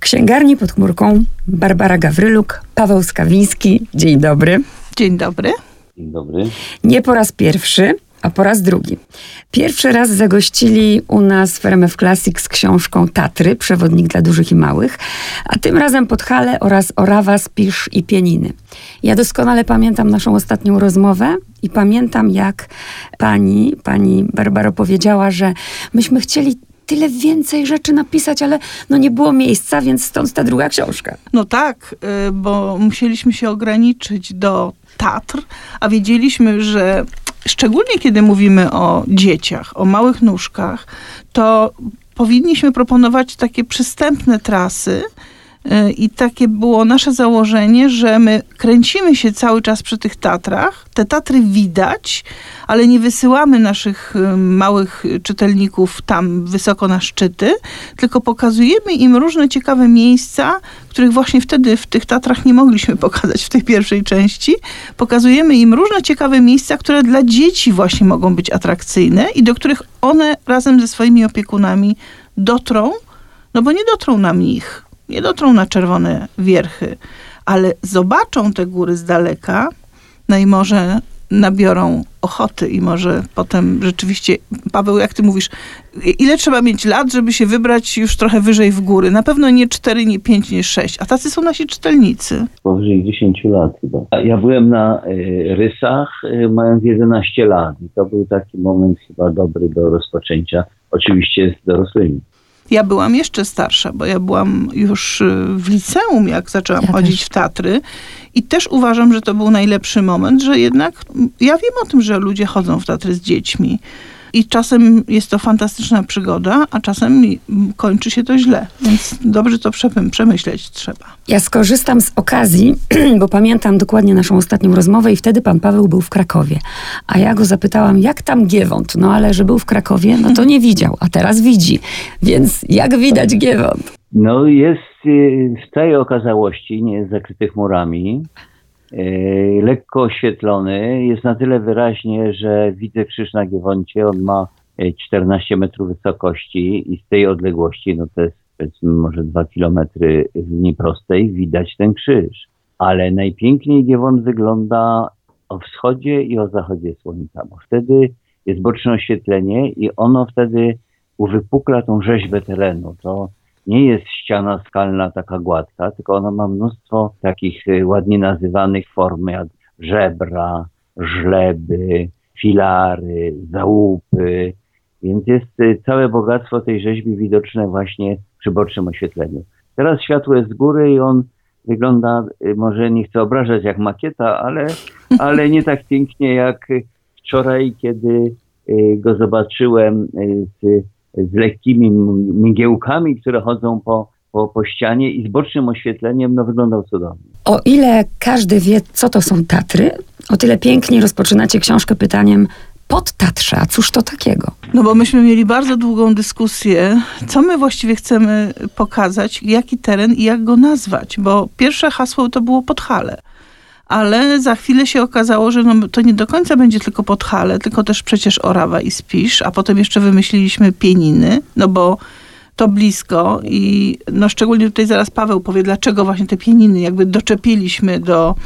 księgarni pod chmurką Barbara Gawryluk, Paweł Skawiński. Dzień dobry. Dzień dobry. Dzień dobry. Nie po raz pierwszy, a po raz drugi. Pierwszy raz zagościli u nas w RMF Classic z książką Tatry, przewodnik dla dużych i małych, a tym razem Podhale oraz Orawa, Spisz i Pieniny. Ja doskonale pamiętam naszą ostatnią rozmowę i pamiętam, jak pani Barbaro powiedziała, że myśmy chcieli tyle więcej rzeczy napisać, ale nie było miejsca, więc stąd ta druga książka. No tak, bo musieliśmy się ograniczyć do Tatr, a wiedzieliśmy, że szczególnie kiedy mówimy o dzieciach, o małych nóżkach, to powinniśmy proponować takie przystępne trasy i takie było nasze założenie, że my kręcimy się cały czas przy tych Tatrach. Te Tatry widać, ale nie wysyłamy naszych małych czytelników tam wysoko na szczyty, tylko pokazujemy im różne ciekawe miejsca, których właśnie wtedy w tych Tatrach nie mogliśmy pokazać w tej pierwszej części. Pokazujemy im różne ciekawe miejsca, które dla dzieci właśnie mogą być atrakcyjne i do których one razem ze swoimi opiekunami dotrą, no bo nie dotrą na mnich, nie dotrą na czerwone wierchy, ale zobaczą te góry z daleka, no i może nabiorą ochoty i może potem rzeczywiście, Paweł, jak ty mówisz, ile trzeba mieć lat, żeby się wybrać już trochę wyżej w góry? Na pewno nie 4, nie 5, nie 6, a tacy są nasi czytelnicy. Powyżej 10 lat chyba. Ja byłem na Rysach mając 11 lat i to był taki moment chyba dobry do rozpoczęcia, oczywiście z dorosłymi. Ja byłam jeszcze starsza, bo ja byłam już w liceum, jak zaczęłam chodzić w Tatry. I też uważam, że to był najlepszy moment, że jednak ja wiem o tym, że ludzie chodzą w Tatry z dziećmi. I czasem jest to fantastyczna przygoda, a czasem kończy się to źle. Więc dobrze to przemyśleć trzeba. Ja skorzystam z okazji, bo pamiętam dokładnie naszą ostatnią rozmowę i wtedy pan Paweł był w Krakowie. A ja go zapytałam, jak tam Giewont? No ale że był w Krakowie, no to nie widział, a teraz widzi. Więc jak widać Giewont? No jest w całej okazałości, nie jest zakryty chmurami. Lekko oświetlony, jest na tyle wyraźnie, że widzę krzyż na Giewoncie, on ma 14 metrów wysokości i z tej odległości, no to jest powiedzmy może 2 kilometry w linii prostej, widać ten krzyż. Ale najpiękniej Giewont wygląda o wschodzie i o zachodzie słońca, bo wtedy jest boczne oświetlenie i ono wtedy uwypukla tą rzeźbę terenu. To nie jest ściana skalna taka gładka, tylko ona ma mnóstwo takich ładnie nazywanych form, jak żebra, żleby, filary, załupy. Więc jest całe bogactwo tej rzeźby widoczne właśnie przy bocznym oświetleniu. Teraz światło jest z góry i on wygląda, może nie chcę obrażać jak makieta, ale nie tak pięknie jak wczoraj, kiedy go zobaczyłem z lekkimi mgiełkami, które chodzą po ścianie i z bocznym oświetleniem, no wyglądał cudownie. O ile każdy wie, co to są Tatry, o tyle pięknie rozpoczynacie książkę pytaniem Podtatrze, a cóż to takiego? No bo myśmy mieli bardzo długą dyskusję, co my właściwie chcemy pokazać, jaki teren i jak go nazwać, bo pierwsze hasło to było Podhale. Ale za chwilę się okazało, że to nie do końca będzie tylko Podhale, tylko też przecież Orawa i Spisz, a potem jeszcze wymyśliliśmy Pieniny, no bo to blisko i szczególnie tutaj zaraz Paweł powie, dlaczego właśnie te Pieniny jakby doczepiliśmy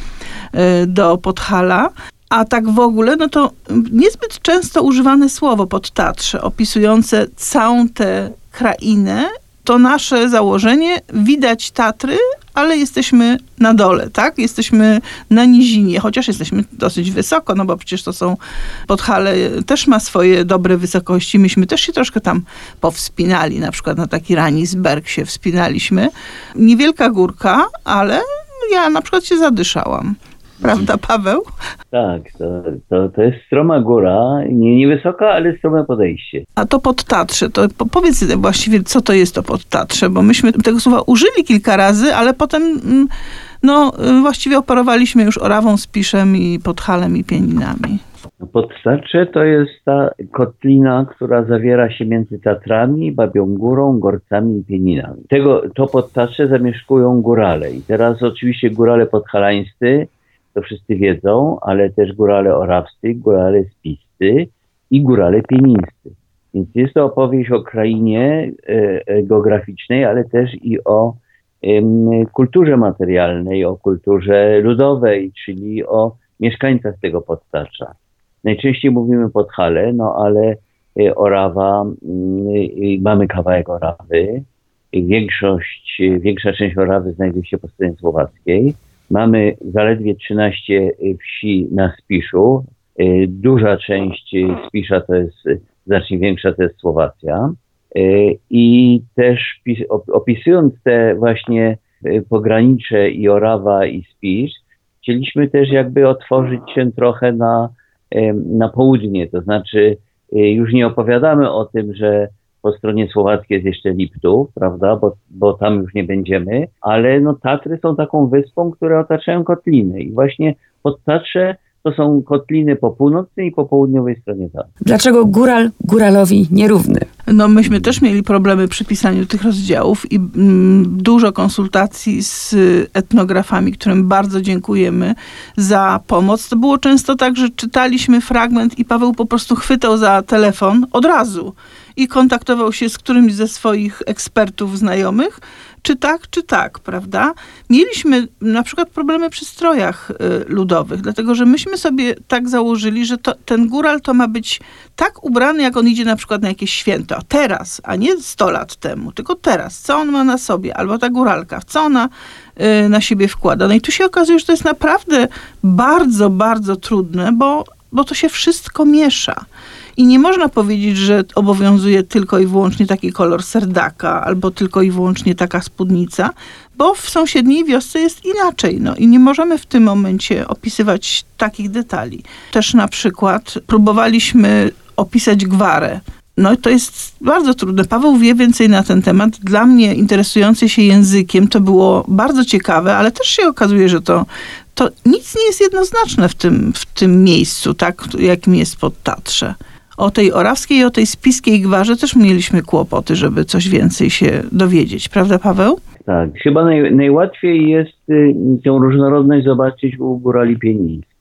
do Podhala. A tak w ogóle, no to niezbyt często używane słowo Podtatrze, opisujące całą tę krainę, to nasze założenie, widać Tatry, ale jesteśmy na dole, tak? Jesteśmy na nizinie, chociaż jesteśmy dosyć wysoko, no bo przecież to są, Podhale też ma swoje dobre wysokości. Myśmy też się troszkę tam powspinali, na przykład na taki Ranisberg się wspinaliśmy. Niewielka górka, ale ja na przykład się zadyszałam. Prawda, Paweł? Tak, to jest stroma góra, niewysoka, ale strome podejście. A to Podtatrze, to powiedz właściwie, co to jest to Podtatrze, bo myśmy tego słowa użyli kilka razy, ale potem właściwie operowaliśmy już Orawą, Spiszem i Podhalem i Pieninami. Podtatrze to jest ta kotlina, która zawiera się między Tatrami, Babią Górą, Gorcami i Pieninami. To Podtatrze zamieszkują górale i teraz oczywiście górale podhalańscy, to wszyscy wiedzą, ale też górale orawscy, górale spiscy i górale pienińscy. Więc jest to opowieść o krainie geograficznej, ale też i o kulturze materialnej, o kulturze ludowej, czyli o mieszkańcach tego Podtasza. Najczęściej mówimy Podhale, no ale Orawa, mamy kawałek Orawy, większa część Orawy znajduje się po stronie słowackiej. Mamy zaledwie 13 wsi na Spiszu. Duża część Spisza to jest, znacznie większa to jest Słowacja. I też opisując te właśnie pogranicze i Orawa i Spisz, chcieliśmy też jakby otworzyć się trochę na południe, to znaczy już nie opowiadamy o tym, że po stronie słowackiej jest jeszcze Liptów, prawda, bo tam już nie będziemy, ale no Tatry są taką wyspą, które otaczają kotliny i właśnie Podtatrze to są kotliny po północnej i po południowej stronie Tatr. Dlaczego góral góralowi nierówny? No myśmy też mieli problemy przy pisaniu tych rozdziałów i dużo konsultacji z etnografami, którym bardzo dziękujemy za pomoc. To było często tak, że czytaliśmy fragment i Paweł po prostu chwytał za telefon od razu i kontaktował się z którymś ze swoich ekspertów znajomych, czy tak, prawda? Mieliśmy na przykład problemy przy strojach ludowych, dlatego że myśmy sobie tak założyli, że ten góral to ma być tak ubrany, jak on idzie na przykład na jakieś święto. Teraz, a nie 100 lat temu, tylko teraz. Co on ma na sobie? Albo ta góralka, co ona na siebie wkłada? No i tu się okazuje, że to jest naprawdę bardzo, bardzo trudne, bo to się wszystko miesza. I nie można powiedzieć, że obowiązuje tylko i wyłącznie taki kolor serdaka albo tylko i wyłącznie taka spódnica, bo w sąsiedniej wiosce jest inaczej. No i nie możemy w tym momencie opisywać takich detali. Też na przykład próbowaliśmy opisać gwarę. No i to jest bardzo trudne. Paweł wie więcej na ten temat. Dla mnie interesujący się językiem to było bardzo ciekawe, ale też się okazuje, że to nic nie jest jednoznaczne w tym miejscu, tak, jakim jest Podtatrze. O tej orawskiej i o tej spiskiej gwarze też mieliśmy kłopoty, żeby coś więcej się dowiedzieć. Prawda, Paweł? Tak. Chyba najłatwiej jest tę różnorodność zobaczyć u górali pienińskich.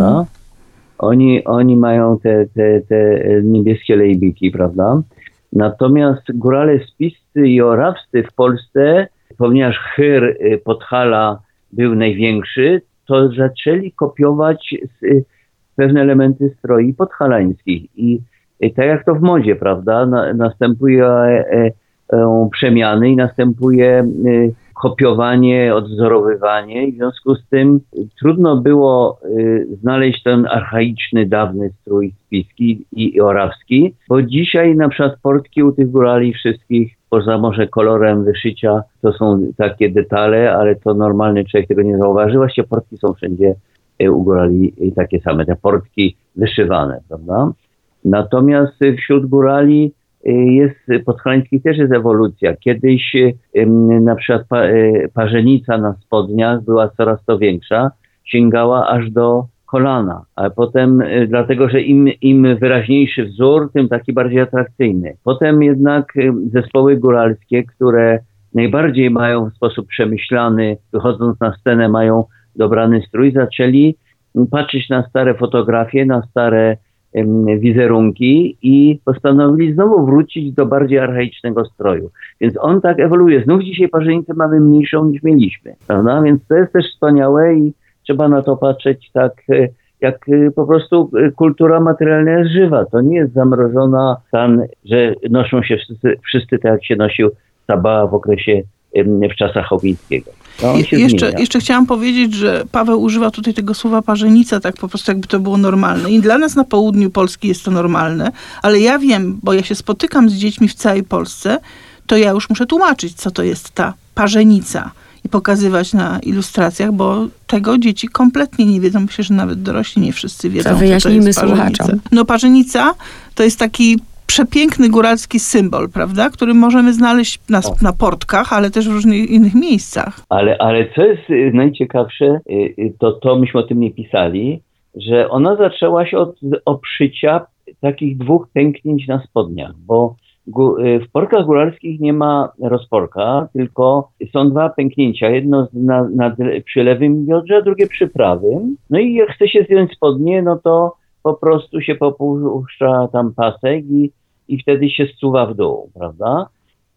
Oni mają te niebieskie lejbiki, prawda? Natomiast górale spiscy i orawscy w Polsce, ponieważ Chyr Podhala był największy, to zaczęli kopiować pewne elementy stroi podhalańskich. I tak jak to w modzie, prawda, następuje przemiany i następuje kopiowanie, odwzorowywanie i w związku z tym trudno było znaleźć ten archaiczny, dawny strój spiski i orawski, bo dzisiaj na przykład portki u tych górali wszystkich, poza może kolorem wyszycia, to są takie detale, ale to normalny człowiek tego nie zauważy. Właściwie portki są wszędzie u górali takie same, te portki wyszywane, prawda? Natomiast wśród górali podhalańskich też jest ewolucja. Kiedyś na przykład parzenica na spodniach była coraz to większa, sięgała aż do kolana, a potem dlatego, że im wyraźniejszy wzór, tym taki bardziej atrakcyjny. Potem jednak zespoły góralskie, które najbardziej mają w sposób przemyślany, wychodząc na scenę, mają dobrany strój, zaczęli patrzeć na stare fotografie, na stare wizerunki i postanowili znowu wrócić do bardziej archaicznego stroju. Więc on tak ewoluuje. Znów dzisiaj parzenicę mamy mniejszą niż mieliśmy, prawda? Więc to jest też wspaniałe i trzeba na to patrzeć tak, jak po prostu kultura materialna jest żywa. To nie jest zamrożona stan, że noszą się wszyscy tak jak się nosił Sabaa w czasach Chowińskiego. No, jeszcze chciałam powiedzieć, że Paweł używa tutaj tego słowa parzenica, tak po prostu jakby to było normalne. I dla nas na południu Polski jest to normalne, ale ja wiem, bo ja się spotykam z dziećmi w całej Polsce, to ja już muszę tłumaczyć, co to jest ta parzenica i pokazywać na ilustracjach, bo tego dzieci kompletnie nie wiedzą. Myślę, że nawet dorośli nie wszyscy wiedzą, to wyjaśnijmy co to jest parzenica. Słuchaczom. No parzenica to jest taki przepiękny góralski symbol, prawda, który możemy znaleźć na portkach, ale też w różnych innych miejscach. Ale co jest najciekawsze, to myśmy o tym nie pisali, że ona zaczęła się od obszycia takich 2 pęknięć na spodniach, bo w portkach góralskich nie ma rozporka, tylko są 2 pęknięcia. Jedno przy lewym biodrze, a drugie przy prawym. No i jak chce się zdjąć spodnie, no to po prostu się popuszcza tam pasek i wtedy się zsuwa w dół, prawda?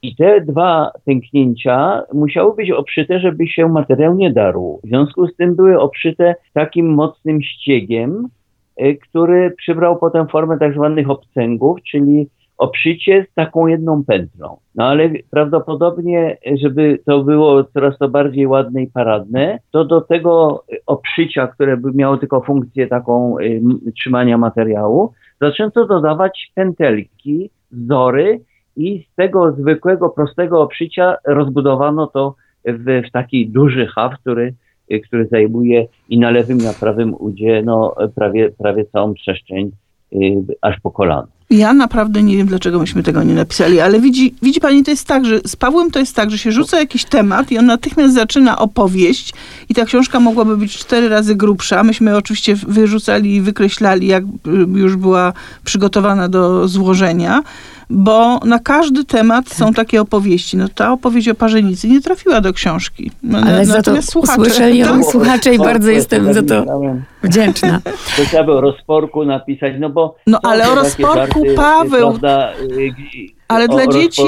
I te dwa pęknięcia musiały być obszyte, żeby się materiał nie darł. W związku z tym były obszyte takim mocnym ściegiem, który przybrał potem formę tak zwanych obcęgów, czyli obszycie z taką jedną pętlą. No ale prawdopodobnie, żeby to było coraz to bardziej ładne i paradne, to do tego obszycia, które by miało tylko funkcję taką trzymania materiału, zaczęto dodawać pętelki, wzory i z tego zwykłego, prostego obszycia rozbudowano to w taki duży haw, który zajmuje i na lewym, i na prawym udzie prawie całą przestrzeń aż po kolano. Ja naprawdę nie wiem, dlaczego myśmy tego nie napisali, ale widzi pani, to jest tak, że z Pawłem to jest tak, że się rzuca jakiś temat i on natychmiast zaczyna opowieść i ta książka mogłaby być 4 razy grubsza. Myśmy oczywiście wyrzucali i wykreślali, jak już była przygotowana do złożenia, bo na każdy temat są takie opowieści. No ta opowieść o parzenicy nie trafiła do książki. Ale za to usłyszeli ją słuchacze i bardzo jestem za to wdzięczna. To trzeba było o rozporku napisać, no bo... No ale o rozporku, Paweł... Prawda, ale dla dzieci,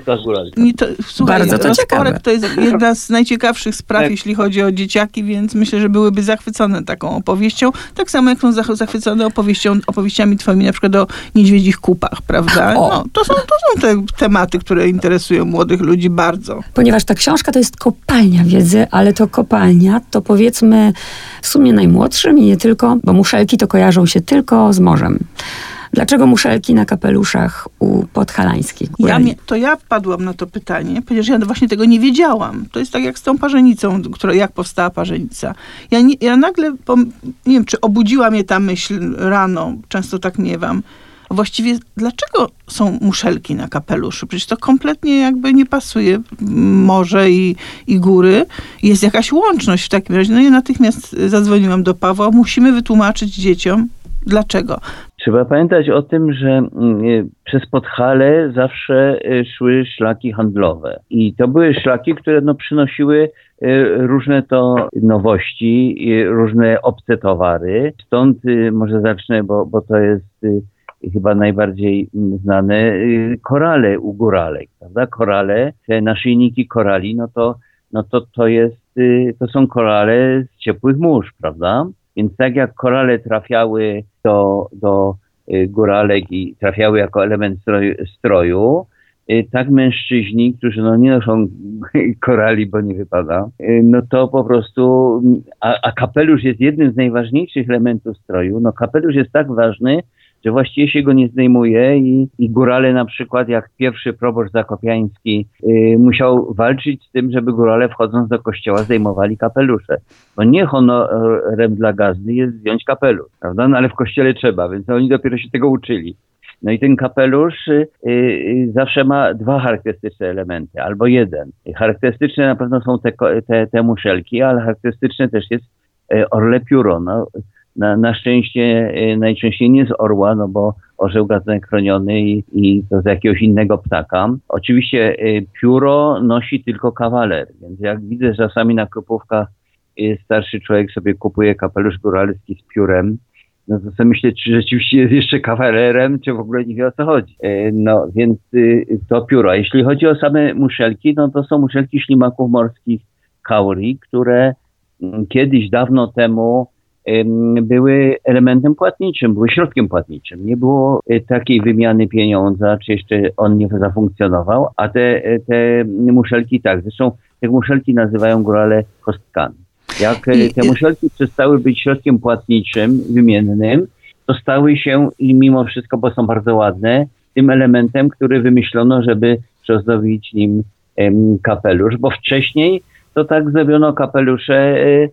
słuchaj, bardzo to ciekawe. To jest jedna z najciekawszych spraw, jeśli chodzi o dzieciaki, więc myślę, że byłyby zachwycone taką opowieścią. Tak samo jak są zachwycone opowieściami twoimi, na przykład o niedźwiedzich kupach, prawda? No, to są te tematy, które interesują młodych ludzi bardzo. Ponieważ ta książka to jest kopalnia wiedzy, ale to kopalnia to powiedzmy w sumie najmłodszym i nie tylko, bo muszelki to kojarzą się tylko z morzem. Dlaczego muszelki na kapeluszach u podhalańskich? Ja wpadłam na to pytanie, ponieważ ja właśnie tego nie wiedziałam. To jest tak jak z tą parzenicą, jak powstała parzenica. Ja nagle, nie wiem, czy obudziła mnie ta myśl rano, często tak miewam. Właściwie dlaczego są muszelki na kapeluszu? Przecież to kompletnie jakby nie pasuje. Morze i góry. Jest jakaś łączność w takim razie. No i natychmiast zadzwoniłam do Pawła. Musimy wytłumaczyć dzieciom, dlaczego. Trzeba pamiętać o tym, że przez Podhale zawsze szły szlaki handlowe. I to były szlaki, które przynosiły różne to nowości, różne obce towary. Stąd może zacznę, bo to jest chyba najbardziej znane, korale u góralek, prawda? Korale, te naszyjniki korali, to są korale z ciepłych mórz, prawda? Więc tak jak korale trafiały do góralek i trafiały jako element stroju, tak mężczyźni, którzy nie noszą korali, bo nie wypada, no to po prostu, a kapelusz jest jednym z najważniejszych elementów stroju. No kapelusz jest tak ważny, że właściwie się go nie zdejmuje i górale na przykład, jak pierwszy proboszcz zakopiański musiał walczyć z tym, żeby górale wchodząc do kościoła zdejmowali kapelusze. Bo nie honorem dla gazdy jest zdjąć kapelusz, prawda? No ale w kościele trzeba, więc oni dopiero się tego uczyli. No i ten kapelusz zawsze ma 2 charakterystyczne elementy, albo 1. Charakterystyczne na pewno są te muszelki, ale charakterystyczne też jest orle pióro. No, na szczęście najczęściej nie z orła, no bo orzeł gatunek chroniony i to z jakiegoś innego ptaka. Oczywiście pióro nosi tylko kawaler, więc jak widzę czasami na kupówkach starszy człowiek sobie kupuje kapelusz góralski z piórem, no to sobie myślę, czy rzeczywiście jest jeszcze kawalerem, czy w ogóle nie wie, o co chodzi. No więc to pióro. A jeśli chodzi o same muszelki, no to są muszelki ślimaków morskich kauri, które kiedyś, dawno temu były elementem płatniczym, były środkiem płatniczym. Nie było takiej wymiany pieniądza, czy jeszcze on nie zafunkcjonował, a te muszelki tak. Zresztą te muszelki nazywają górale kostkami. Jak te muszelki przestały być środkiem płatniczym, wymiennym, to stały się i mimo wszystko, bo są bardzo ładne, tym elementem, który wymyślono, żeby przyozdobić nim kapelusz, bo wcześniej to tak zrobiono kapelusze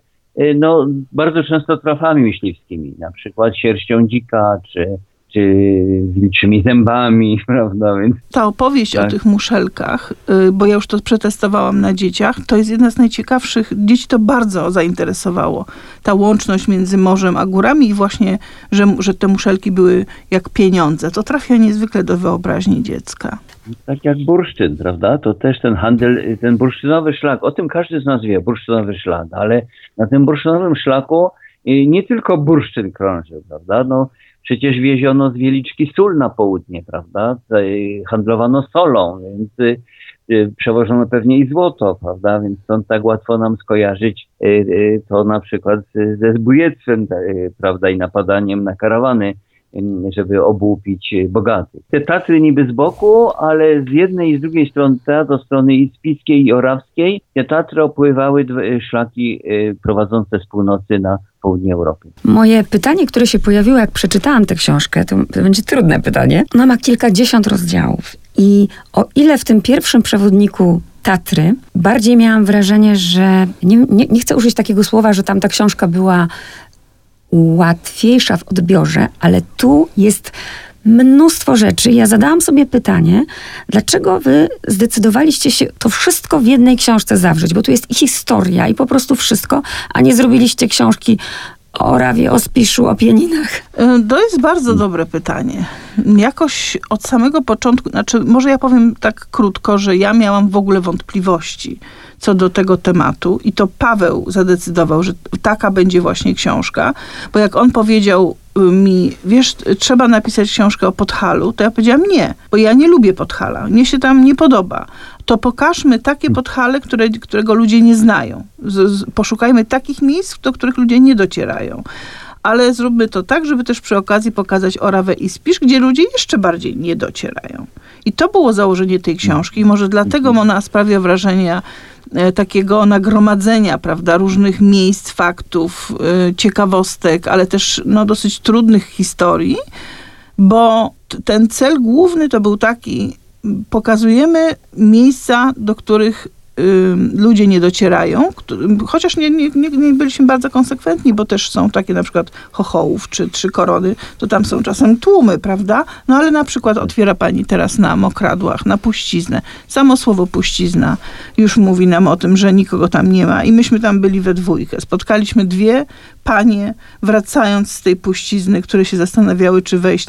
bardzo często trofami myśliwskimi, na przykład sierścią dzika, czy wilczymi zębami, prawda? Więc ta opowieść o tych muszelkach, bo ja już to przetestowałam na dzieciach, to jest jedna z najciekawszych. Dzieci to bardzo zainteresowało. Ta łączność między morzem a górami i właśnie, że te muszelki były jak pieniądze. To trafia niezwykle do wyobraźni dziecka. Tak jak bursztyn, prawda? To też ten handel, ten bursztynowy szlak, o tym każdy z nas wie, bursztynowy szlak, ale na tym bursztynowym szlaku nie tylko bursztyn krążył, prawda? No, przecież wieziono z Wieliczki sól na południe, prawda? Handlowano solą, więc przewożono pewnie i złoto, prawda? Więc stąd tak łatwo nam skojarzyć to na przykład ze zbójectwem, prawda, i napadaniem na karawany, żeby obłupić bogatych. Te Tatry niby z boku, ale z jednej i z drugiej strony, do strony i Spiskiej i Orawskiej, te Tatry opływały szlaki prowadzące z północy na południe Europy. Moje pytanie, które się pojawiło, jak przeczytałam tę książkę, to będzie trudne pytanie. Ona ma kilkadziesiąt rozdziałów i o ile w tym pierwszym przewodniku Tatry bardziej miałam wrażenie, że nie chcę użyć takiego słowa, że tam ta książka była łatwiejsza w odbiorze, ale tu jest mnóstwo rzeczy. Ja zadałam sobie pytanie, dlaczego wy zdecydowaliście się to wszystko w jednej książce zawrzeć, bo tu jest i historia, i po prostu wszystko, a nie zrobiliście książki o Orawie, o Spiszu, o Pieninach? To jest bardzo dobre pytanie. Jakoś od samego początku, może ja powiem tak krótko, że ja miałam w ogóle wątpliwości co do tego tematu i to Paweł zadecydował, że taka będzie właśnie książka, bo jak on powiedział mi, wiesz, trzeba napisać książkę o Podhalu, to ja powiedziałam nie, bo ja nie lubię Podhala, mnie się tam nie podoba. To pokażmy takie Podhale, którego ludzie nie znają. Poszukajmy takich miejsc, do których ludzie nie docierają. Ale zróbmy to tak, żeby też przy okazji pokazać Orawę i Spisz, gdzie ludzie jeszcze bardziej nie docierają. I to było założenie tej książki i może dlatego ona sprawia wrażenie takiego nagromadzenia, prawda, różnych miejsc, faktów, ciekawostek, ale też dosyć trudnych historii, bo ten cel główny to był taki, pokazujemy miejsca, do których ludzie nie docierają, chociaż nie byliśmy bardzo konsekwentni, bo też są takie na przykład Chochołów czy Trzy Korony, to tam są czasem tłumy, prawda? No ale na przykład otwiera pani teraz na Mokradłach, na Puściznę. Samo słowo Puścizna już mówi nam o tym, że nikogo tam nie ma i myśmy tam byli we dwójkę. Spotkaliśmy dwie panie, wracając z tej Puścizny, które się zastanawiały, czy wejść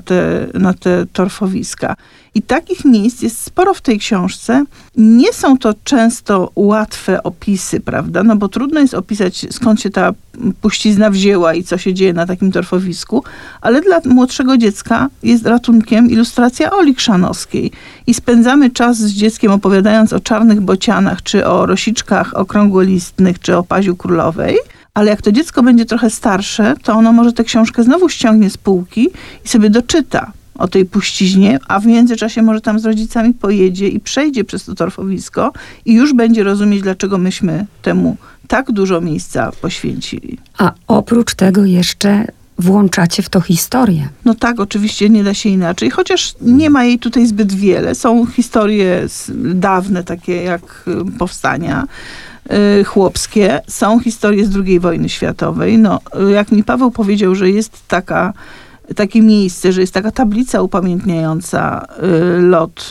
na te torfowiska. I takich miejsc jest sporo w tej książce. Nie są to często łatwe opisy, prawda? No bo trudno jest opisać, skąd się ta Puścizna wzięła i co się dzieje na takim torfowisku, ale dla młodszego dziecka jest ratunkiem ilustracja Oli Chrzanowskiej. I spędzamy czas z dzieckiem opowiadając o czarnych bocianach, czy o rosiczkach okrągłolistnych, czy o paziu królowej. Ale jak to dziecko będzie trochę starsze, to ono może tę książkę znowu ściągnie z półki i sobie doczyta o tej Puściźnie, a w międzyczasie może tam z rodzicami pojedzie i przejdzie przez to torfowisko i już będzie rozumieć, dlaczego myśmy temu tak dużo miejsca poświęcili. A oprócz tego jeszcze włączacie w to historię. No tak, oczywiście nie da się inaczej, chociaż nie ma jej tutaj zbyt wiele. Są historie dawne, takie jak powstania chłopskie. Są historie z II wojny światowej. No, jak mi Paweł powiedział, że jest takie miejsce, że jest taka tablica upamiętniająca lot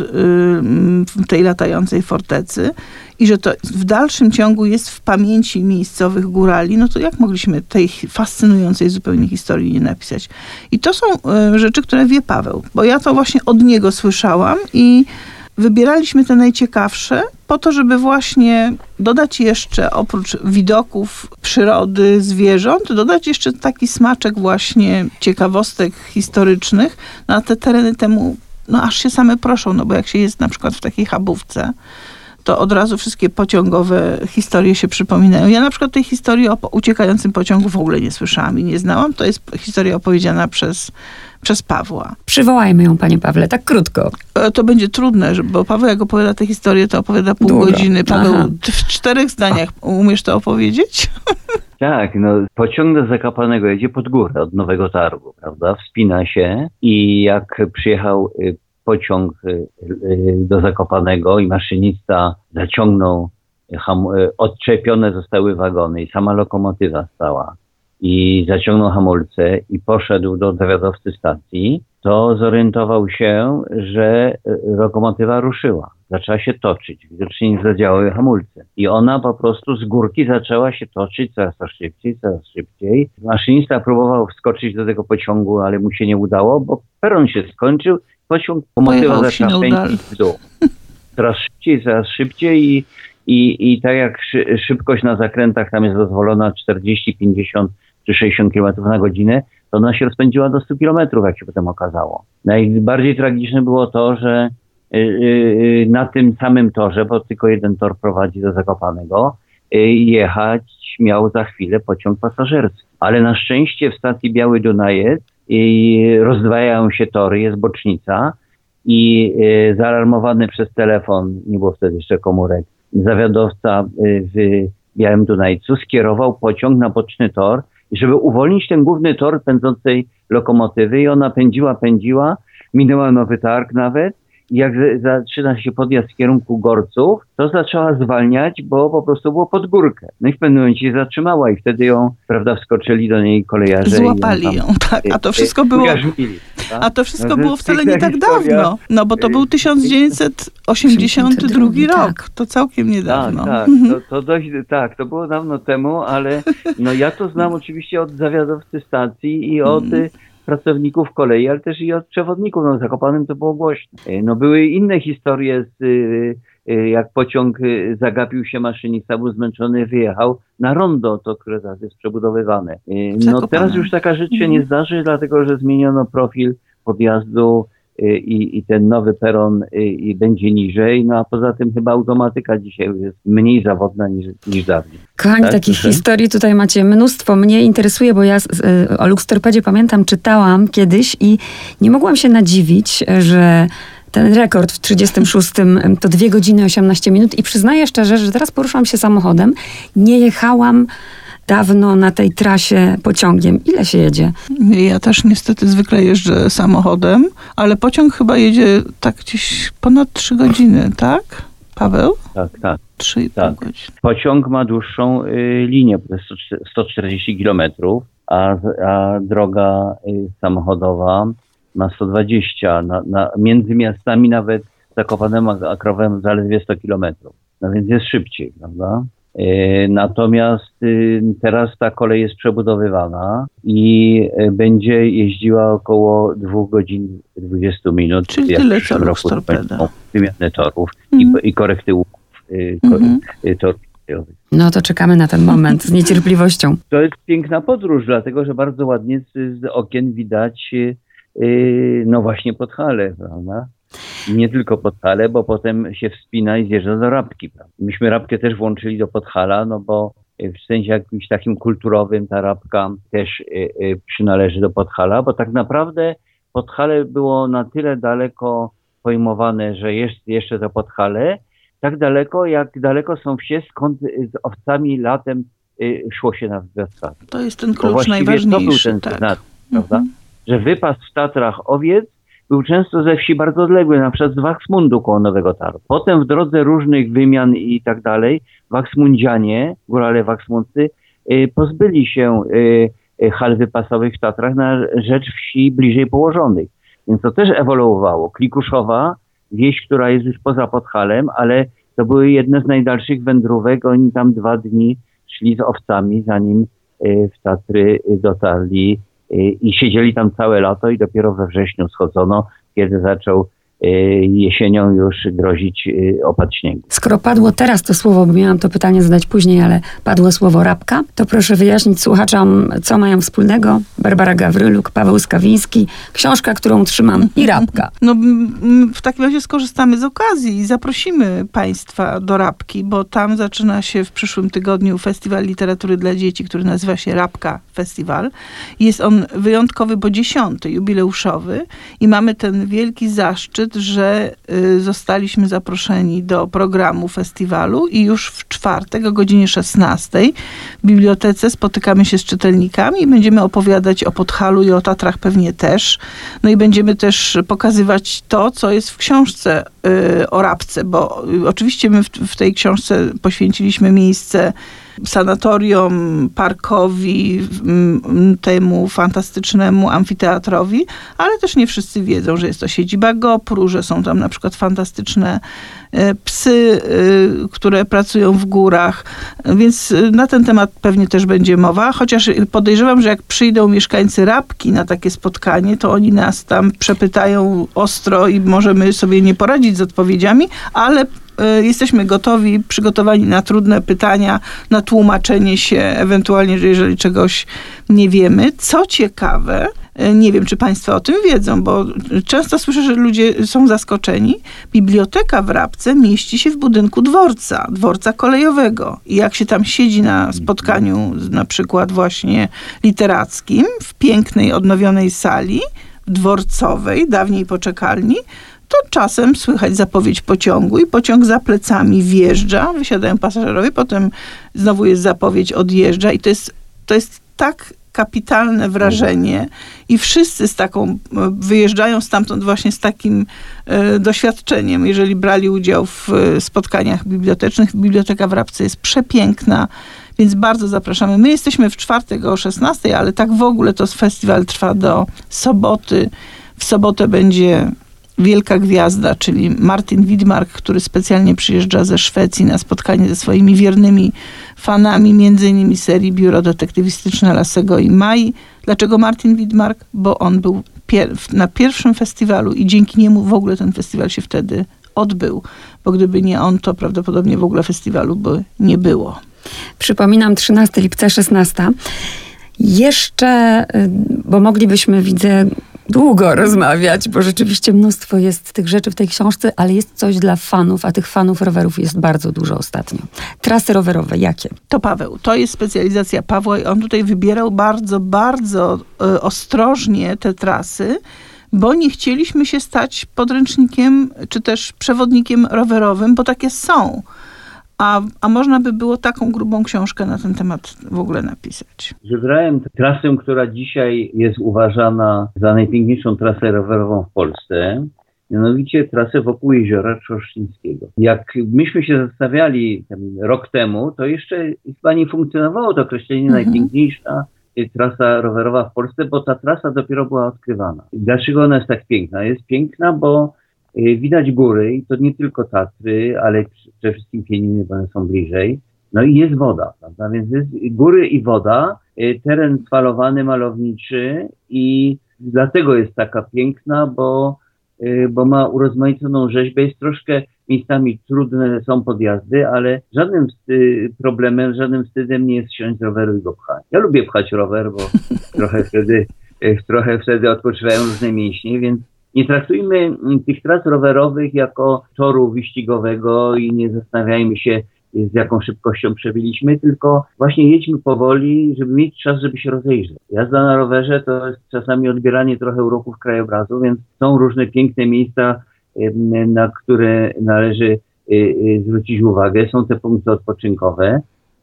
tej latającej fortecy i że to w dalszym ciągu jest w pamięci miejscowych górali, no to jak mogliśmy tej fascynującej zupełnie historii nie napisać? I to są rzeczy, które wie Paweł, bo ja to właśnie od niego słyszałam i wybieraliśmy te najciekawsze po to, żeby właśnie dodać jeszcze oprócz widoków, przyrody, zwierząt, dodać jeszcze taki smaczek właśnie ciekawostek historycznych. No a te tereny temu, aż się same proszą, no bo jak się jest na przykład w takiej Chabówce, to od razu wszystkie pociągowe historie się przypominają. Ja na przykład tej historii o uciekającym pociągu w ogóle nie słyszałam i nie znałam. To jest historia opowiedziana przez Pawła. Przywołajmy ją, panie Pawle, tak krótko. To będzie trudne, bo Paweł jak opowiada tę historię, to opowiada pół godziny. Paweł, ty w 4 zdaniach umiesz to opowiedzieć? Tak, pociąg do Zakopanego jedzie pod górę od Nowego Targu, prawda? Wspina się i jak przyjechał pociąg do Zakopanego i maszynista zaciągnął, odczepione zostały wagony i sama lokomotywa stała i zaciągnął hamulce i poszedł do zawiadowcy stacji, to zorientował się, że lokomotywa ruszyła. Zaczęła się toczyć. Widocznie nie zadziałały hamulce. I ona po prostu z górki zaczęła się toczyć coraz szybciej. Maszynista próbował wskoczyć do tego pociągu, ale mu się nie udało, bo peron się skończył. Lokomotywa zaczęła pędzić w dół. Coraz szybciej i tak jak szybkość na zakrętach tam jest dozwolona 40, 50 czy 60 km na godzinę, to ona się rozpędziła do 100 km, jak się potem okazało. Najbardziej tragiczne było to, że na tym samym torze, bo tylko jeden tor prowadzi do Zakopanego, jechać miał za chwilę pociąg pasażerski. Ale na szczęście w stacji Biały Dunajec rozdwajają się tory, jest bocznica i zaalarmowany przez telefon, nie było wtedy jeszcze komórek, zawiadowca w Białym Dunajcu skierował pociąg na boczny tor, żeby uwolnić ten główny tor pędzącej lokomotywy i ona pędziła, minęła Nowy Targ nawet. I jak zaczyna się podjazd w kierunku Gorców, to zaczęła zwalniać, bo po prostu było pod górkę. No i w pewnym momencie się zatrzymała i wtedy ją, prawda, wskoczyli do niej kolejarze. Złapali ją, tak. A to wszystko było... A to wszystko było wcale nie tak dawno. No bo to był 1982 rok. To całkiem niedawno. Tak, to było dawno temu, ale no ja to znam oczywiście od zawiadowcy stacji i od pracowników kolei, ale też i od przewodników. No, w Zakopanem to było głośno. No, były inne historie, jak pociąg zagapił się maszynista, był zmęczony, wyjechał na rondo, to które teraz jest przebudowywane. No teraz już taka rzecz się nie zdarzy, dlatego że zmieniono profil podjazdu i ten nowy peron będzie niżej, no a poza tym chyba automatyka dzisiaj jest mniej zawodna niż dawniej. Kochani, tak, takich historii tutaj macie mnóstwo. Mnie interesuje, bo ja o Luxtorpedzie pamiętam, czytałam kiedyś i nie mogłam się nadziwić, że ten rekord w 36 to 2 godziny 18 minut i przyznaję szczerze, że teraz poruszam się samochodem. Nie jechałam dawno na tej trasie pociągiem. Ile się jedzie? Ja też niestety zwykle jeżdżę samochodem, ale pociąg chyba jedzie tak gdzieś ponad 3 godziny, tak? Paweł? Tak. 3,5 godziny. Pociąg ma dłuższą linię, to jest 140 kilometrów, a droga samochodowa ma 120. Między miastami nawet Zakopanem a Krowem zaledwie 100 kilometrów. No więc jest szybciej, prawda? Natomiast teraz ta kolej jest przebudowywana i będzie jeździła około 2 godzin 20 minut. Czyli tyle co Luxtorpeda. Wymianę torów i korekty łuków torów. No to czekamy na ten moment z niecierpliwością. To jest piękna podróż, dlatego że bardzo ładnie z okien widać no właśnie Podhale, prawda? I nie tylko Podhale, bo potem się wspina i zjeżdża do Rabki. Prawda? Myśmy Rabkę też włączyli do Podhala, no bo w sensie jakimś takim kulturowym ta Rabka też przynależy do Podhala, bo tak naprawdę Podhale było na tyle daleko pojmowane, że jest jeszcze to Podhale, tak daleko, jak daleko są wsie, skąd z owcami latem szło się na wioskach. To jest ten klucz najważniejszy. To był ten znak, prawda? Że wypas w Tatrach owiec był często ze wsi bardzo odległy, na przykład z Wachsmundu koło Nowego Targu. Potem w drodze różnych wymian i tak dalej, Wachsmundzianie, górale wachsmundscy, pozbyli się hal wypasowych w Tatrach na rzecz wsi bliżej położonych. Więc to też ewoluowało. Klikuszowa, wieś, która jest już poza Podhalem, ale to były jedne z najdalszych wędrówek. Oni tam 2 dni szli z owcami, zanim w Tatry dotarli i siedzieli tam całe lato i dopiero we wrześniu schodzono, kiedy zaczął jesienią już grozić opad śniegu. Skoro padło teraz to słowo, bo miałam to pytanie zadać później, ale padło słowo Rabka, to proszę wyjaśnić słuchaczom, co mają wspólnego Barbara Gawryluk, Paweł Skawiński, książka, którą trzymam i Rabka. No w takim razie skorzystamy z okazji i zaprosimy Państwa do Rabki, bo tam zaczyna się w przyszłym tygodniu Festiwal Literatury dla Dzieci, który nazywa się Rabka Festiwal. Jest on wyjątkowy, bo 10., jubileuszowy i mamy ten wielki zaszczyt, że zostaliśmy zaproszeni do programu festiwalu i już w czwartek o godzinie 16 w bibliotece spotykamy się z czytelnikami i będziemy opowiadać o Podhalu i o Tatrach pewnie też. No i będziemy też pokazywać to, co jest w książce o Rabce, bo oczywiście my w tej książce poświęciliśmy miejsce sanatorium, parkowi, temu fantastycznemu amfiteatrowi, ale też nie wszyscy wiedzą, że jest to siedziba GOPR-u, że są tam na przykład fantastyczne psy, które pracują w górach, więc na ten temat pewnie też będzie mowa, chociaż podejrzewam, że jak przyjdą mieszkańcy Rabki na takie spotkanie, to oni nas tam przepytają ostro i możemy sobie nie poradzić z odpowiedziami, ale jesteśmy gotowi, przygotowani na trudne pytania, na tłumaczenie się, ewentualnie, jeżeli czegoś nie wiemy. Co ciekawe, Nie wiem, czy państwo o tym wiedzą, bo często słyszę, że ludzie są zaskoczeni. Biblioteka w Rabce mieści się w budynku dworca kolejowego. I jak się tam siedzi na spotkaniu, na przykład właśnie literackim, w pięknej, odnowionej sali dworcowej, dawniej poczekalni, to czasem słychać zapowiedź pociągu i pociąg za plecami wjeżdża, wysiadają pasażerowie, potem znowu jest zapowiedź, odjeżdża i to jest tak kapitalne wrażenie i wszyscy wyjeżdżają stamtąd właśnie z takim doświadczeniem. Jeżeli brali udział w spotkaniach bibliotecznych, biblioteka w Rabce jest przepiękna, więc bardzo zapraszamy. My jesteśmy w czwartek o 16:00, ale tak w ogóle to festiwal trwa do soboty. W sobotę będzie wielka gwiazda, czyli Martin Widmark, który specjalnie przyjeżdża ze Szwecji na spotkanie ze swoimi wiernymi fanami, między innymi serii Biuro Detektywistyczne Lasego i Mai. Dlaczego Martin Widmark? Bo on był na pierwszym festiwalu i dzięki niemu w ogóle ten festiwal się wtedy odbył. Bo gdyby nie on, to prawdopodobnie w ogóle festiwalu by nie było. Przypominam, 13 lipca, 16. Jeszcze, bo moglibyśmy, widzę, długo rozmawiać, bo rzeczywiście mnóstwo jest tych rzeczy w tej książce, ale jest coś dla fanów, a tych fanów rowerów jest bardzo dużo ostatnio. Trasy rowerowe, jakie? To Paweł, to jest specjalizacja Pawła i on tutaj wybierał bardzo, bardzo ostrożnie te trasy, bo nie chcieliśmy się stać podręcznikiem, czy też przewodnikiem rowerowym, bo takie są. A można by było taką grubą książkę na ten temat w ogóle napisać. Wybrałem trasę, która dzisiaj jest uważana za najpiękniejszą trasę rowerową w Polsce, mianowicie trasę wokół jeziora Trzoszyńskiego. Jak myśmy się zastanawiali rok temu, to jeszcze chyba nie funkcjonowało to określenie najpiękniejsza trasa rowerowa w Polsce, bo ta trasa dopiero była odkrywana. Dlaczego ona jest tak piękna? Jest piękna, bo widać góry i to nie tylko Tatry, ale przede wszystkim Pieniny, bo one są bliżej. No i jest woda, prawda? Więc jest góry i woda, teren falowany, malowniczy i dlatego jest taka piękna, bo ma urozmaiconą rzeźbę. Jest troszkę miejscami trudne są podjazdy, ale żadnym problemem, żadnym wstydem nie jest wsiąść z roweru i go pchać. Ja lubię pchać rower, bo trochę wtedy odpoczywają różne mięśnie, więc nie traktujmy tych tras rowerowych jako toru wyścigowego i nie zastanawiajmy się, z jaką szybkością przebyliśmy, tylko właśnie jedźmy powoli, żeby mieć czas, żeby się rozejrzeć. Jazda na rowerze to jest czasami odbieranie trochę uroków krajobrazu, więc są różne piękne miejsca, na które należy zwrócić uwagę. Są te punkty odpoczynkowe.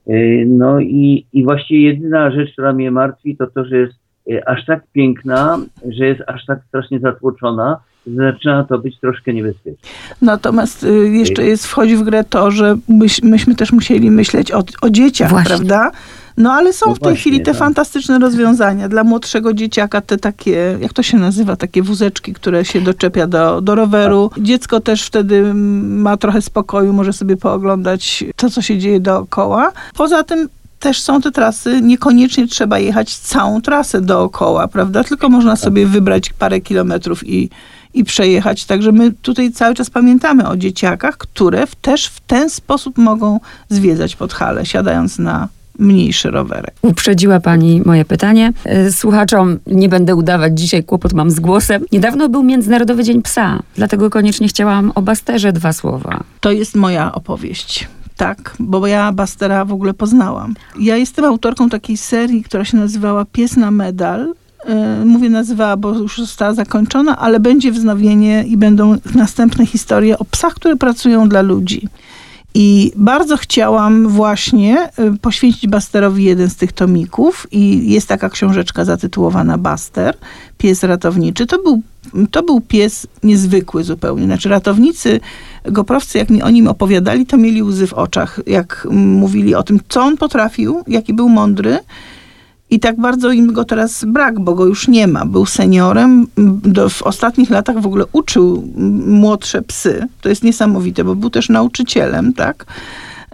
No i właściwie jedyna rzecz, która mnie martwi, to to, że jest aż tak piękna, że jest aż tak strasznie zatłoczona, zaczyna to być troszkę niebezpieczne. Natomiast jeszcze wchodzi w grę to, że myśmy też musieli myśleć o dzieciach, właśnie, prawda? No ale są w tej chwili te fantastyczne rozwiązania. Dla młodszego dzieciaka te takie, jak to się nazywa, takie wózeczki, które się doczepia do roweru. Dziecko też wtedy ma trochę spokoju, może sobie pooglądać to, co się dzieje dookoła. Poza tym też są te trasy, niekoniecznie trzeba jechać całą trasę dookoła, prawda? Tylko można sobie wybrać parę kilometrów i przejechać. Także my tutaj cały czas pamiętamy o dzieciakach, które też w ten sposób mogą zwiedzać Podhale, siadając na mniejszy rowerek. Uprzedziła pani moje pytanie. Słuchaczom nie będę udawać, dzisiaj kłopot mam z głosem. Niedawno był Międzynarodowy Dzień Psa, dlatego koniecznie chciałam o Basterze 2 słowa. To jest moja opowieść. Tak, bo ja Bastera w ogóle poznałam. Ja jestem autorką takiej serii, która się nazywała Pies na medal. Mówię nazywała, bo już została zakończona, ale będzie wznowienie i będą następne historie o psach, które pracują dla ludzi. I bardzo chciałam właśnie poświęcić Basterowi jeden z tych tomików i jest taka książeczka zatytułowana Baster, pies ratowniczy. To był pies niezwykły zupełnie. Znaczy ratownicy, goprowcy, jak mi o nim opowiadali, to mieli łzy w oczach, jak mówili o tym, co on potrafił, jaki był mądry. I tak bardzo im go teraz brak, bo go już nie ma. Był seniorem, w ostatnich latach w ogóle uczył młodsze psy. To jest niesamowite, bo był też nauczycielem, tak?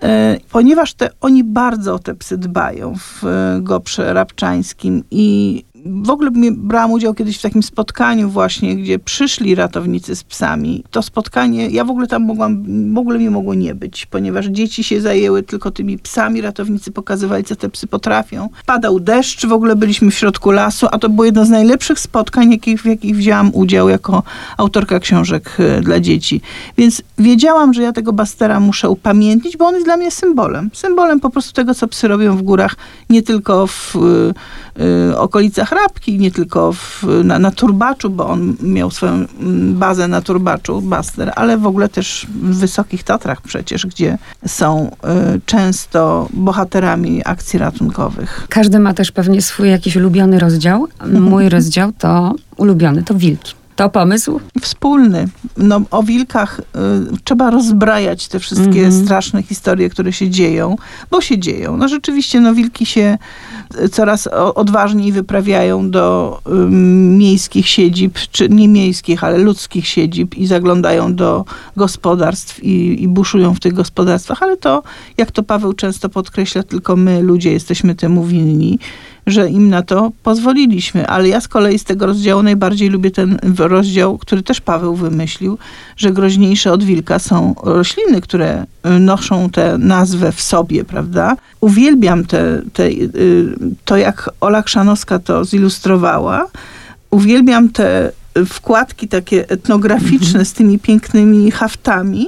Ponieważ oni bardzo o te psy dbają w Goprze Rabczańskim i w ogóle brałam udział kiedyś w takim spotkaniu właśnie, gdzie przyszli ratownicy z psami. To spotkanie, ja w ogóle tam w ogóle mnie mogło nie być, ponieważ dzieci się zajęły tylko tymi psami, ratownicy pokazywali, co te psy potrafią. Padał deszcz, w ogóle byliśmy w środku lasu, a to było jedno z najlepszych spotkań, w jakich wzięłam udział jako autorka książek dla dzieci. Więc wiedziałam, że ja tego Bastera muszę upamiętnić, bo on jest dla mnie symbolem. Symbolem po prostu tego, co psy robią w górach, nie tylko w okolicach Rabki, nie tylko na Turbaczu, bo on miał swoją bazę na Turbaczu, Baster, ale w ogóle też w Wysokich Tatrach przecież, gdzie są często bohaterami akcji ratunkowych. Każdy ma też pewnie swój jakiś ulubiony rozdział. Mój rozdział to ulubiony, to wilki. To pomysł? Wspólny. O wilkach trzeba rozbrajać te wszystkie straszne historie, które się dzieją, bo się dzieją. Rzeczywiście, wilki się coraz odważniej wyprawiają do miejskich siedzib, czy nie miejskich, ale ludzkich siedzib i zaglądają do gospodarstw i buszują w tych gospodarstwach, ale to, jak to Paweł często podkreśla, tylko my, ludzie, jesteśmy temu winni, że im na to pozwoliliśmy. Ale ja z kolei z tego rozdziału najbardziej lubię ten rozdział, który też Paweł wymyślił, że groźniejsze od wilka są rośliny, które noszą tę nazwę w sobie, prawda? Uwielbiam to, jak Ola Chrzanowska to zilustrowała. Uwielbiam te wkładki takie etnograficzne z tymi pięknymi haftami.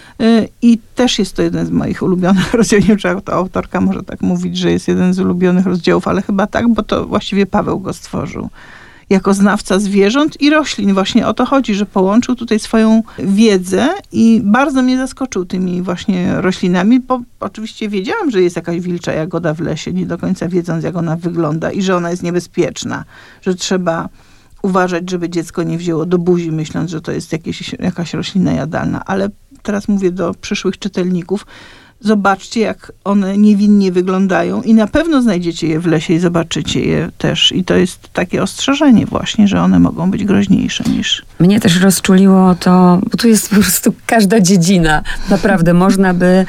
I też jest to jeden z moich ulubionych rozdziałów. Nie wiem, czy autorka może tak mówić, że jest jeden z ulubionych rozdziałów, ale chyba tak, bo to właściwie Paweł go stworzył. Jako znawca zwierząt i roślin. Właśnie o to chodzi, że połączył tutaj swoją wiedzę i bardzo mnie zaskoczył tymi właśnie roślinami, bo oczywiście wiedziałam, że jest jakaś wilcza jagoda w lesie, nie do końca wiedząc, jak ona wygląda i że ona jest niebezpieczna, że trzeba uważać, żeby dziecko nie wzięło do buzi, myśląc, że to jest jakaś roślina jadalna. Ale teraz mówię do przyszłych czytelników, zobaczcie, jak one niewinnie wyglądają i na pewno znajdziecie je w lesie i zobaczycie je też. I to jest takie ostrzeżenie właśnie, że one mogą być groźniejsze niż... Mnie też rozczuliło to, bo tu jest po prostu każda dziedzina. Naprawdę można by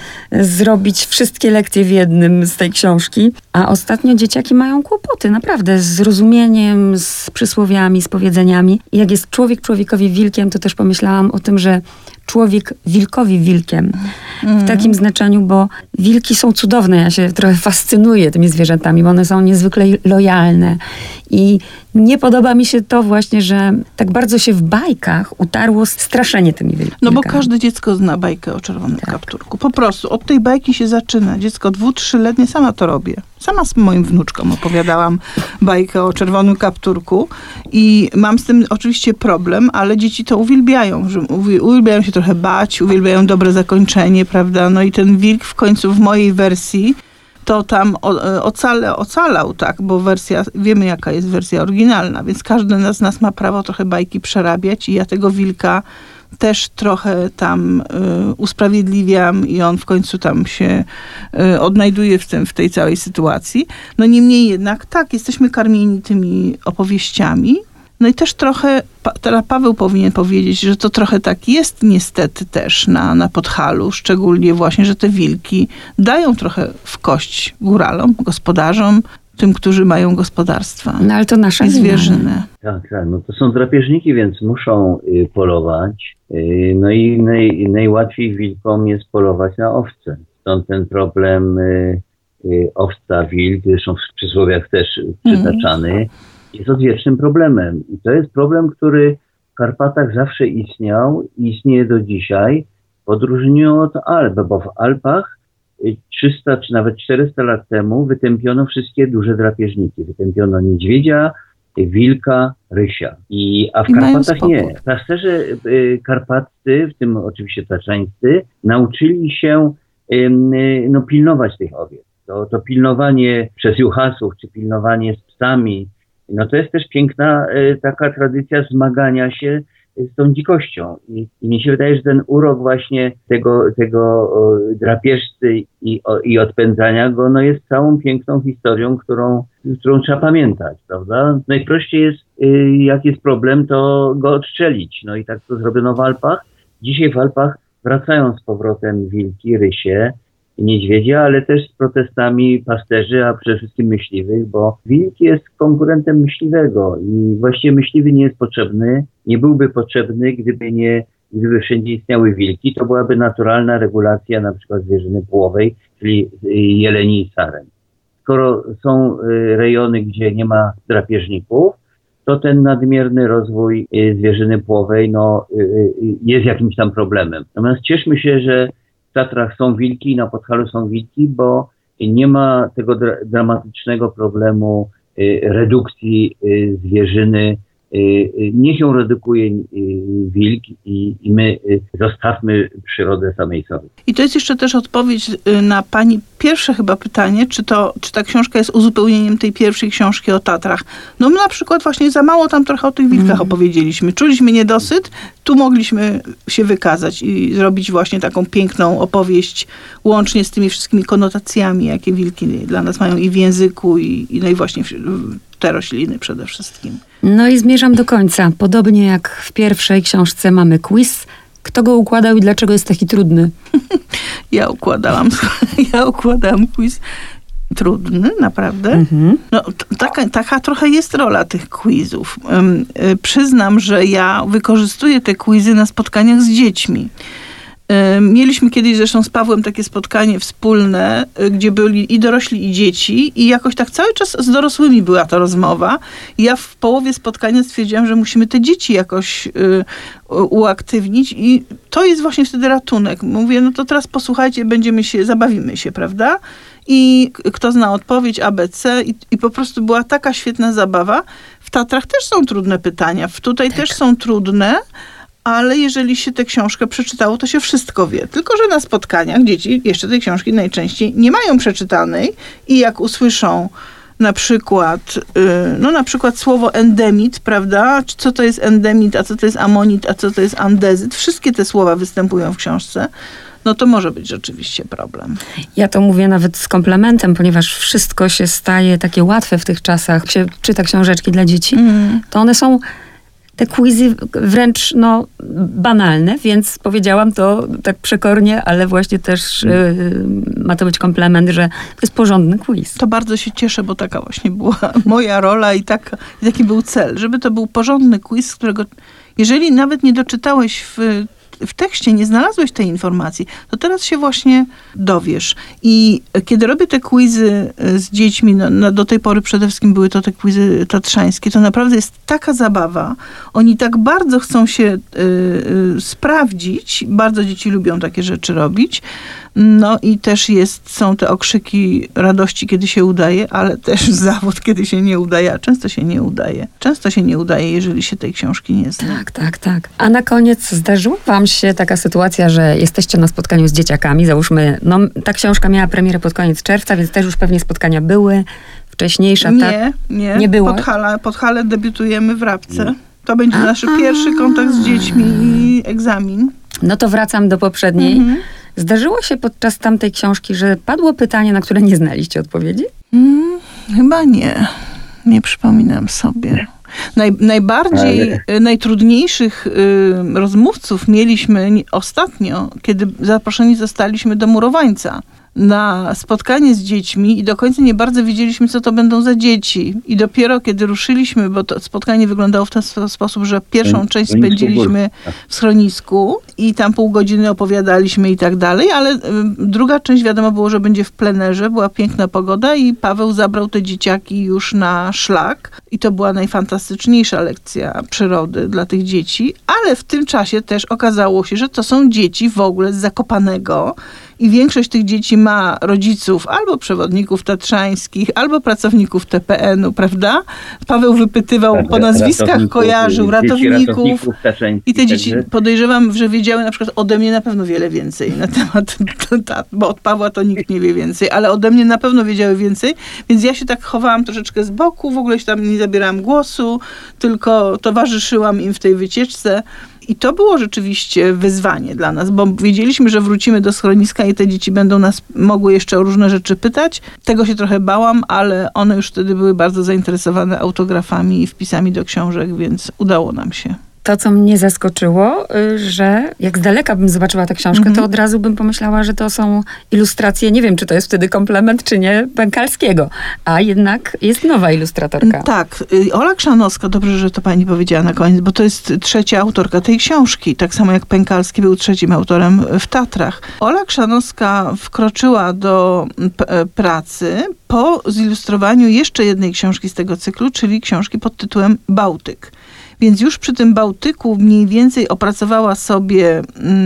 zrobić wszystkie lekcje w jednym z tej książki. A ostatnio dzieciaki mają kłopoty, naprawdę, z zrozumieniem, z przysłowiami, z powiedzeniami. I jak jest człowiek człowiekowi wilkiem, to też pomyślałam o tym, że człowiek wilkowi wilkiem. W takim znaczeniu, bo wilki są cudowne. Ja się trochę fascynuję tymi zwierzętami, bo one są niezwykle lojalne. I nie podoba mi się to właśnie, że tak bardzo się w bajkach utarło straszenie tymi wilkami. No bo każde dziecko zna bajkę o czerwonym kapturku. Po prostu od tej bajki się zaczyna. Dziecko 2-3-letnie, sama to robię. Sama z moim wnuczkom opowiadałam bajkę o czerwonym kapturku i mam z tym oczywiście problem, ale dzieci to uwielbiają, że uwielbiają się trochę bać, uwielbiają dobre zakończenie, prawda? No i ten wilk w końcu w mojej wersji to tam ocalał, tak, bo wiemy jaka jest wersja oryginalna, więc każdy z nas ma prawo trochę bajki przerabiać i ja tego wilka też trochę tam usprawiedliwiam i on w końcu tam się odnajduje w tej całej sytuacji. No niemniej jednak tak, jesteśmy karmieni tymi opowieściami. No i też trochę, teraz Paweł powinien powiedzieć, że to trochę tak jest niestety też na Podhalu, szczególnie właśnie, że te wilki dają trochę w kość góralom, gospodarzom, tym, którzy mają gospodarstwa. No ale to nasza zwierzynę. Tak, no to są drapieżniki, więc muszą polować. No i najłatwiej wilkom jest polować na owce. Stąd ten problem owca-wilk, zresztą w przysłowiach też przytaczany, jest odwiecznym problemem. I to jest problem, który w Karpatach zawsze istniał i istnieje do dzisiaj, w odróżnieniu od Alp, bo w Alpach 300 czy nawet 400 lat temu wytępiono wszystkie duże drapieżniki. Wytępiono niedźwiedzia, wilka, rysia. A w Karpatach nie. Pasterze karpaccy, w tym oczywiście taczańscy, nauczyli się pilnować tych owiec. To pilnowanie przez juchasów, czy pilnowanie z psami, no to jest też piękna taka tradycja zmagania się z tą dzikością. I mi się wydaje, że ten urok właśnie tego drapieżcy i odpędzania go, no jest całą piękną historią, którą trzeba pamiętać, prawda? Najprościej jest, jak jest problem, to go odstrzelić. No i tak to zrobiono w Alpach. Dzisiaj w Alpach wracają z powrotem wilki, rysie niedźwiedzia, ale też z protestami pasterzy, a przede wszystkim myśliwych, bo wilk jest konkurentem myśliwego i właściwie myśliwy nie jest potrzebny, nie byłby potrzebny, gdyby wszędzie istniały wilki. To byłaby naturalna regulacja na przykład zwierzyny połowej, czyli jeleni i saren. Skoro są rejony, gdzie nie ma drapieżników, to ten nadmierny rozwój zwierzyny połowej jest jakimś tam problemem. Natomiast cieszmy się, że w Tatrach są wilki, na Podhalu są wilki, bo nie ma tego dramatycznego problemu redukcji zwierzyny. Niech ją redukuje wilk i my zostawmy przyrodę samej sobie. I to jest jeszcze też odpowiedź na pani pierwsze chyba pytanie, czy ta książka jest uzupełnieniem tej pierwszej książki o Tatrach. No my na przykład właśnie za mało tam trochę o tych wilkach opowiedzieliśmy. Czuliśmy niedosyt, tu mogliśmy się wykazać i zrobić właśnie taką piękną opowieść łącznie z tymi wszystkimi konotacjami, jakie wilki dla nas mają i w języku, no i właśnie te rośliny przede wszystkim. No i zmierzam do końca. Podobnie jak w pierwszej książce mamy quiz. Kto go układał i dlaczego jest taki trudny? Ja układałam quiz. Trudny, naprawdę. No, taka trochę jest rola tych quizów. Przyznam, że ja wykorzystuję te quizy na spotkaniach z dziećmi. Mieliśmy kiedyś zresztą z Pawłem takie spotkanie wspólne, gdzie byli i dorośli, i dzieci i jakoś tak cały czas z dorosłymi była ta rozmowa. I ja w połowie spotkania stwierdziłam, że musimy te dzieci jakoś uaktywnić i to jest właśnie wtedy ratunek. Mówię, no to teraz posłuchajcie, zabawimy się, prawda? I kto zna odpowiedź ABC i po prostu była taka świetna zabawa. W Tatrach też są trudne pytania, tutaj też są trudne, ale jeżeli się tę książkę przeczytało, to się wszystko wie. Tylko że na spotkaniach dzieci jeszcze tej książki najczęściej nie mają przeczytanej i jak usłyszą na przykład słowo endemit, prawda? Co to jest endemit, a co to jest amonit, a co to jest andezyt. Wszystkie te słowa występują w książce. No to może być rzeczywiście problem. Ja to mówię nawet z komplementem, ponieważ wszystko się staje takie łatwe w tych czasach. Jak się czyta książeczki dla dzieci, to one są te quizy wręcz banalne, więc powiedziałam to tak przekornie, ale właśnie też ma to być komplement, że to jest porządny quiz. To bardzo się cieszę, bo taka właśnie była moja rola i taki był cel, żeby to był porządny quiz, z którego jeżeli nawet nie doczytałeś w tekście, nie znalazłeś tej informacji, to teraz się właśnie dowiesz. I kiedy robię te quizy z dziećmi, do tej pory przede wszystkim były to te quizy tatrzańskie, to naprawdę jest taka zabawa. Oni tak bardzo chcą się sprawdzić. Bardzo dzieci lubią takie rzeczy robić. No i też są te okrzyki radości, kiedy się udaje, ale też zawód, kiedy się nie udaje, a często się nie udaje. Często się nie udaje, jeżeli się tej książki nie zna. Tak. A na koniec zdarzyła wam się taka sytuacja, że jesteście na spotkaniu z dzieciakami, załóżmy, ta książka miała premierę pod koniec czerwca, więc też już pewnie spotkania były, wcześniejsza. Nie było. Podhale debiutujemy w Rabce. To będzie nasz pierwszy kontakt z dziećmi i egzamin. No to wracam do poprzedniej. Zdarzyło się podczas tamtej książki, że padło pytanie, na które nie znaliście odpowiedzi? Chyba nie. Nie przypominam sobie. Najtrudniejszych rozmówców mieliśmy ostatnio, kiedy zaproszeni zostaliśmy do Murowańca na spotkanie z dziećmi i do końca nie bardzo wiedzieliśmy, co to będą za dzieci. I dopiero kiedy ruszyliśmy, bo to spotkanie wyglądało w ten sposób, że pierwszą część spędziliśmy w schronisku i tam pół godziny opowiadaliśmy i tak dalej, ale druga część wiadomo było, że będzie w plenerze, była piękna pogoda i Paweł zabrał te dzieciaki już na szlak i to była najfantastyczniejsza lekcja przyrody dla tych dzieci, ale w tym czasie też okazało się, że to są dzieci w ogóle z Zakopanego i większość tych dzieci ma rodziców albo przewodników tatrzańskich, albo pracowników TPN-u, prawda? Paweł wypytywał po nazwiskach, kojarzył ratowników i te dzieci podejrzewam, że wiedziały na przykład ode mnie na pewno wiele więcej na temat, bo od Pawła to nikt nie wie więcej, ale ode mnie na pewno wiedziały więcej, więc ja się tak chowałam troszeczkę z boku, w ogóle się tam nie zabierałam głosu, tylko towarzyszyłam im w tej wycieczce. I to było rzeczywiście wyzwanie dla nas, bo wiedzieliśmy, że wrócimy do schroniska i te dzieci będą nas mogły jeszcze o różne rzeczy pytać. Tego się trochę bałam, ale one już wtedy były bardzo zainteresowane autografami i wpisami do książek, więc udało nam się. To, co mnie zaskoczyło, że jak z daleka bym zobaczyła tę książkę, to od razu bym pomyślała, że to są ilustracje, nie wiem, czy to jest wtedy komplement, czy nie, Pękalskiego. A jednak jest nowa ilustratorka. Tak. Ola Chrzanowska, dobrze, że to pani powiedziała na koniec, bo to jest trzecia autorka tej książki. Tak samo jak Pękalski był trzecim autorem w Tatrach. Ola Chrzanowska wkroczyła do pracy po zilustrowaniu jeszcze jednej książki z tego cyklu, czyli książki pod tytułem Bałtyk. Więc już przy tym Bałtyku mniej więcej opracowała sobie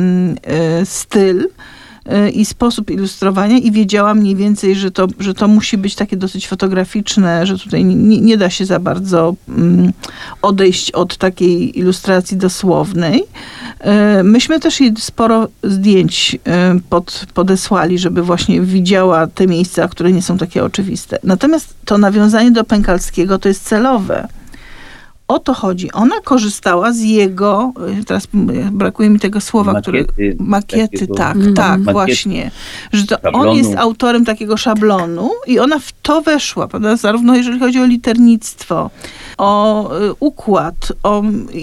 styl i sposób ilustrowania i wiedziała mniej więcej, że to musi być takie dosyć fotograficzne, że tutaj nie da się za bardzo odejść od takiej ilustracji dosłownej. Myśmy też jej sporo zdjęć podesłali, żeby właśnie widziała te miejsca, które nie są takie oczywiste. Natomiast to nawiązanie do Pękalskiego to jest celowe. O to chodzi. Ona korzystała z jego, teraz brakuje mi tego słowa, makiety, tak, właśnie. Że to on jest autorem takiego szablonu i ona w to weszła, prawda? Zarówno jeżeli chodzi o liternictwo, o układ, o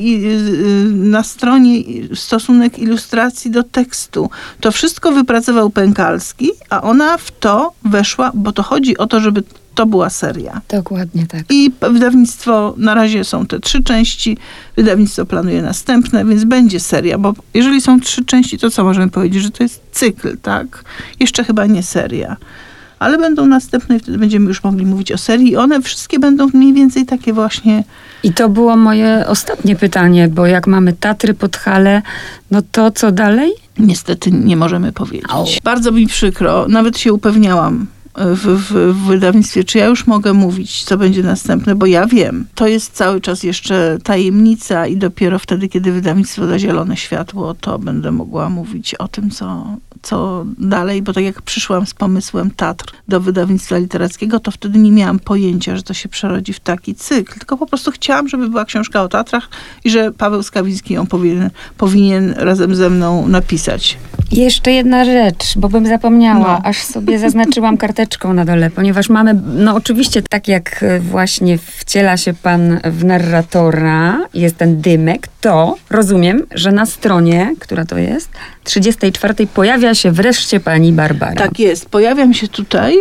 na stronie stosunek ilustracji do tekstu. To wszystko wypracował Pękalski, a ona w to weszła, bo to chodzi o to, żeby to była seria. Dokładnie tak. I wydawnictwo, na razie są te 3 części, wydawnictwo planuje następne, więc będzie seria, bo jeżeli są 3 części, to co możemy powiedzieć, że to jest cykl, tak? Jeszcze chyba nie seria. Ale będą następne i wtedy będziemy już mogli mówić o serii i one wszystkie będą mniej więcej takie właśnie. I to było moje ostatnie pytanie, bo jak mamy Tatry, Podhale, no to co dalej? Niestety nie możemy powiedzieć. Bardzo mi przykro, nawet się upewniałam w wydawnictwie, czy ja już mogę mówić, co będzie następne, bo ja wiem. To jest cały czas jeszcze tajemnica i dopiero wtedy, kiedy wydawnictwo da zielone światło, to będę mogła mówić o tym, co dalej, bo tak jak przyszłam z pomysłem Tatr do wydawnictwa literackiego, to wtedy nie miałam pojęcia, że to się przerodzi w taki cykl, tylko po prostu chciałam, żeby była książka o Tatrach i że Paweł Skawiński ją powinien razem ze mną napisać. Jeszcze jedna rzecz, bo bym zapomniała, aż sobie zaznaczyłam karteczką na dole, ponieważ mamy, oczywiście tak jak właśnie wciela się pan w narratora, jest ten dymek, to rozumiem, że na stronie, która to jest, 34 pojawia się wreszcie pani Barbara. Tak jest, pojawiam się tutaj.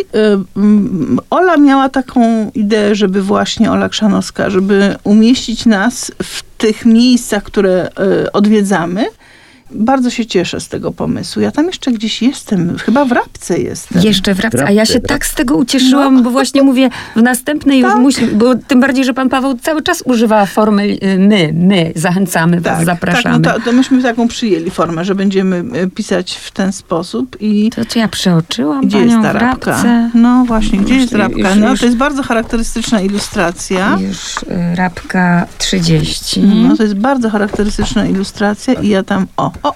Ola miała taką ideę, żeby właśnie Ola Chrzanowska, żeby umieścić nas w tych miejscach, które odwiedzamy. Bardzo się cieszę z tego pomysłu. Ja tam jeszcze gdzieś jestem, chyba w Rabce jestem. Jeszcze w Rabce, a ja się tak z tego ucieszyłam, bo właśnie mówię, w następnej już musi, bo tym bardziej, że pan Paweł cały czas używa formy my zachęcamy was, zapraszamy. Tak, to myśmy taką przyjęli formę, że będziemy pisać w ten sposób. I to czy ja przeoczyłam gdzie panią jest ta Rabka? w Rabce? No właśnie, gdzie jest Rabka? To jest bardzo charakterystyczna ilustracja. Już Rabka 30. No to jest bardzo charakterystyczna ilustracja i ja tam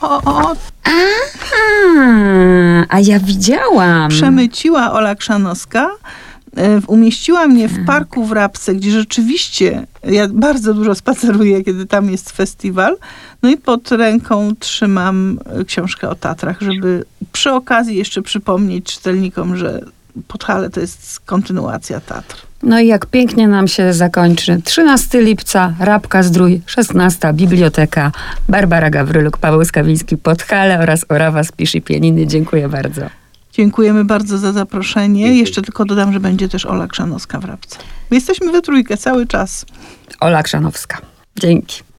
A ja widziałam. Przemyciła Ola Chrzanowska, umieściła mnie w parku w Rabce, gdzie rzeczywiście ja bardzo dużo spaceruję, kiedy tam jest festiwal. No i pod ręką trzymam książkę o Tatrach, żeby przy okazji jeszcze przypomnieć czytelnikom, że Podhale to jest kontynuacja Tatr. No i jak pięknie nam się zakończy. 13 lipca, Rabka-Zdrój, 16 Biblioteka, Barbara Gawryluk, Paweł Skawiński, Podhale oraz Orawa, Spisz i Pieniny. Dziękuję bardzo. Dziękujemy bardzo za zaproszenie. Jeszcze tylko dodam, że będzie też Ola Chrzanowska w Rabce. My jesteśmy we trójkę cały czas. Ola Chrzanowska. Dzięki.